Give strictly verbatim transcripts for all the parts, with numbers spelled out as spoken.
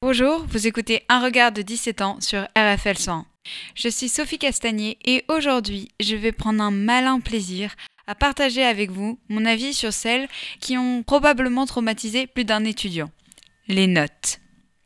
Bonjour, vous écoutez Un regard de dix-sept ans sur R F L cent un. Je suis Sophie Castagnier et aujourd'hui, je vais prendre un malin plaisir à partager avec vous mon avis sur celles qui ont probablement traumatisé plus d'un étudiant. Les notes.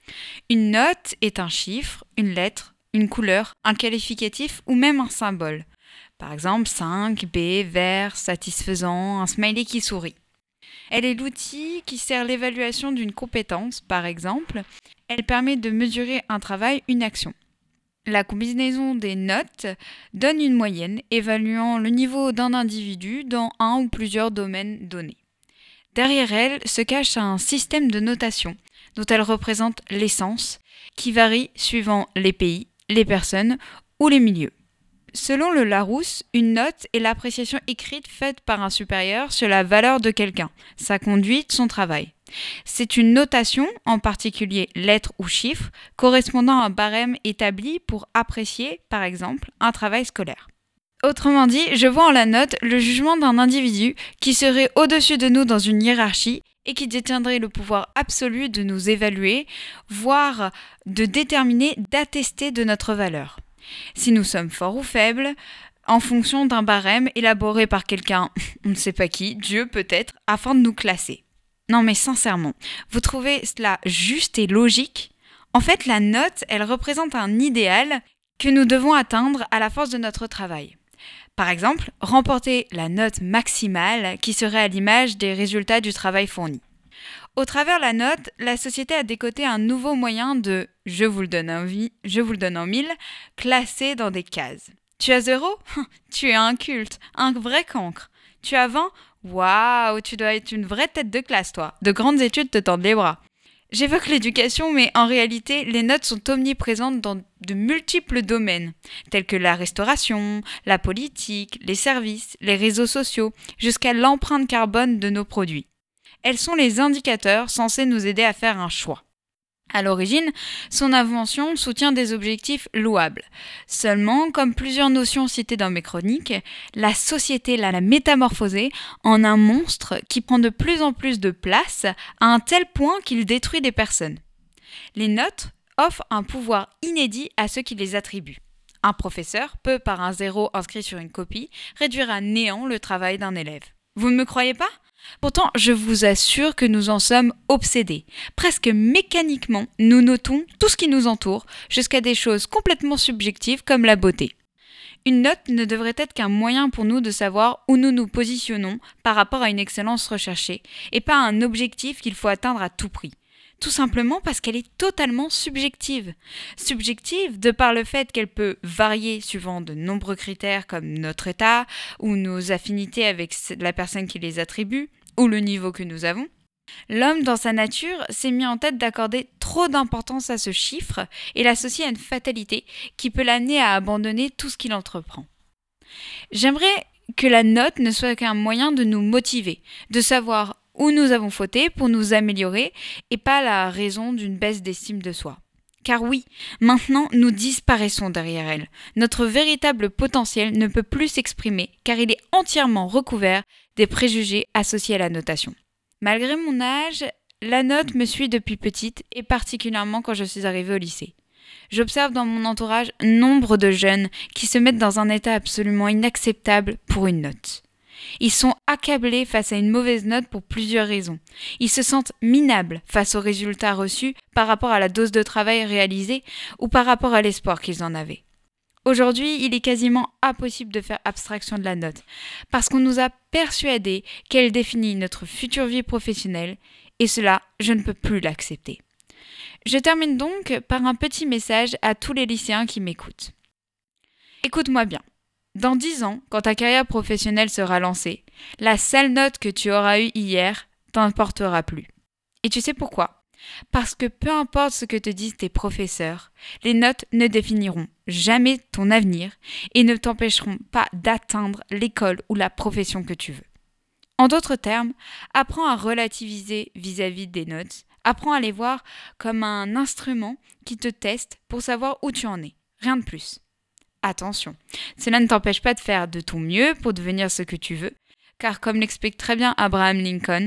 Une note est un chiffre, une lettre, une couleur, un qualificatif ou même un symbole. Par exemple, cinq, B, vert, satisfaisant, un smiley qui sourit. Elle est l'outil qui sert l'évaluation d'une compétence, par exemple. Elle permet de mesurer un travail, une action. La combinaison des notes donne une moyenne évaluant le niveau d'un individu dans un ou plusieurs domaines donnés. Derrière elle se cache un système de notation dont elle représente l'essence, qui varie suivant les pays, les personnes ou les milieux. Selon le Larousse, une note est l'appréciation écrite faite par un supérieur sur la valeur de quelqu'un, sa conduite, son travail. C'est une notation, en particulier lettres ou chiffres, correspondant à un barème établi pour apprécier, par exemple, un travail scolaire. Autrement dit, je vois en la note le jugement d'un individu qui serait au-dessus de nous dans une hiérarchie et qui détiendrait le pouvoir absolu de nous évaluer, voire de déterminer, d'attester de notre valeur. Si nous sommes forts ou faibles, en fonction d'un barème élaboré par quelqu'un, on ne sait pas qui, Dieu peut-être, afin de nous classer. Non mais sincèrement, vous trouvez cela juste et logique ? En fait, la note, elle représente un idéal que nous devons atteindre à la force de notre travail. Par exemple, remporter la note maximale qui serait à l'image des résultats du travail fourni. Au travers la note, la société a décoté un nouveau moyen de « je vous le donne en vie, je vous le donne en mille » classé dans des cases. Tu as zéro ? Tu es un culte, un vrai cancre. Tu as vingt ? Waouh, tu dois être une vraie tête de classe, toi. De grandes études te tendent les bras. J'évoque l'éducation, mais en réalité, les notes sont omniprésentes dans de multiples domaines, tels que la restauration, la politique, les services, les réseaux sociaux, jusqu'à l'empreinte carbone de nos produits. Elles sont les indicateurs censés nous aider à faire un choix. À l'origine, son invention soutient des objectifs louables. Seulement, comme plusieurs notions citées dans mes chroniques, la société l'a métamorphosé en un monstre qui prend de plus en plus de place à un tel point qu'il détruit des personnes. Les notes offrent un pouvoir inédit à ceux qui les attribuent. Un professeur peut, par un zéro inscrit sur une copie, réduire à néant le travail d'un élève. Vous ne me croyez pas ? Pourtant, je vous assure que nous en sommes obsédés. Presque mécaniquement, nous notons tout ce qui nous entoure, jusqu'à des choses complètement subjectives comme la beauté. Une note ne devrait être qu'un moyen pour nous de savoir où nous nous positionnons par rapport à une excellence recherchée, et pas un objectif qu'il faut atteindre à tout prix. Tout simplement parce qu'elle est totalement subjective. Subjective de par le fait qu'elle peut varier suivant de nombreux critères comme notre état, ou nos affinités avec la personne qui les attribue, ou le niveau que nous avons. L'homme, dans sa nature, s'est mis en tête d'accorder trop d'importance à ce chiffre et l'associer à une fatalité qui peut l'amener à abandonner tout ce qu'il entreprend. J'aimerais que la note ne soit qu'un moyen de nous motiver, de savoir où nous avons fauté pour nous améliorer et pas la raison d'une baisse d'estime de soi. Car oui, maintenant nous disparaissons derrière elle. Notre véritable potentiel ne peut plus s'exprimer car il est entièrement recouvert des préjugés associés à la notation. Malgré mon âge, la note me suit depuis petite et particulièrement quand je suis arrivée au lycée. J'observe dans mon entourage nombre de jeunes qui se mettent dans un état absolument inacceptable pour une note. Ils sont accablés face à une mauvaise note pour plusieurs raisons. Ils se sentent minables face aux résultats reçus par rapport à la dose de travail réalisée ou par rapport à l'espoir qu'ils en avaient. Aujourd'hui, il est quasiment impossible de faire abstraction de la note, parce qu'on nous a persuadés qu'elle définit notre future vie professionnelle, et cela, je ne peux plus l'accepter. Je termine donc par un petit message à tous les lycéens qui m'écoutent. Écoute-moi bien. Dans dix ans, quand ta carrière professionnelle sera lancée, la sale note que tu auras eue hier t'importera plus. Et tu sais pourquoi ? Parce que peu importe ce que te disent tes professeurs, les notes ne définiront jamais ton avenir et ne t'empêcheront pas d'atteindre l'école ou la profession que tu veux. En d'autres termes, apprends à relativiser vis-à-vis des notes, apprends à les voir comme un instrument qui te teste pour savoir où tu en es, rien de plus. Attention, cela ne t'empêche pas de faire de ton mieux pour devenir ce que tu veux, car comme l'explique très bien Abraham Lincoln,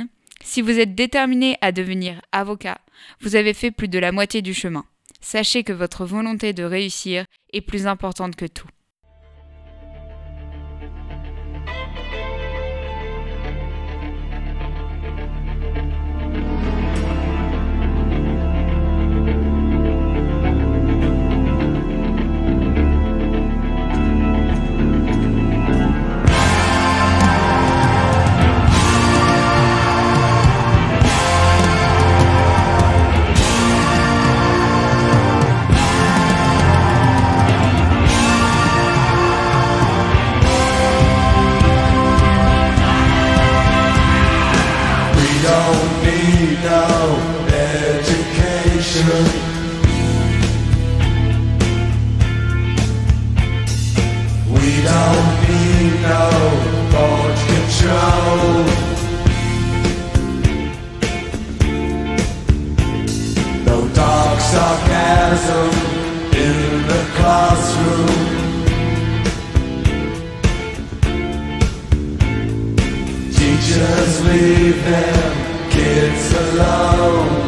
Si vous êtes déterminé à devenir avocat, vous avez fait plus de la moitié du chemin. Sachez que votre volonté de réussir est plus importante que tout. Don't need no education. We don't need no board control. No dark sarcasm in the classroom. Teachers leave them kids alone.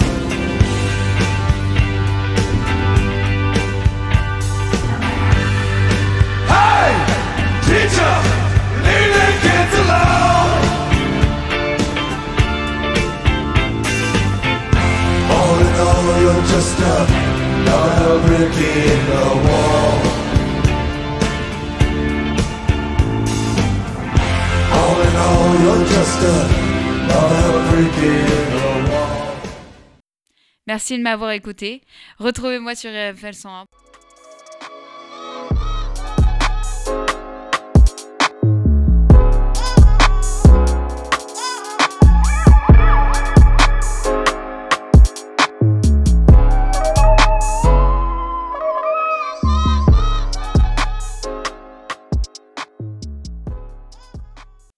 Hey, teacher, leave them kids alone. All in all, you're just another brick in the wall. All in all, you're just another brick in the wall. Merci de m'avoir écouté. Retrouvez-moi sur R F L cent un.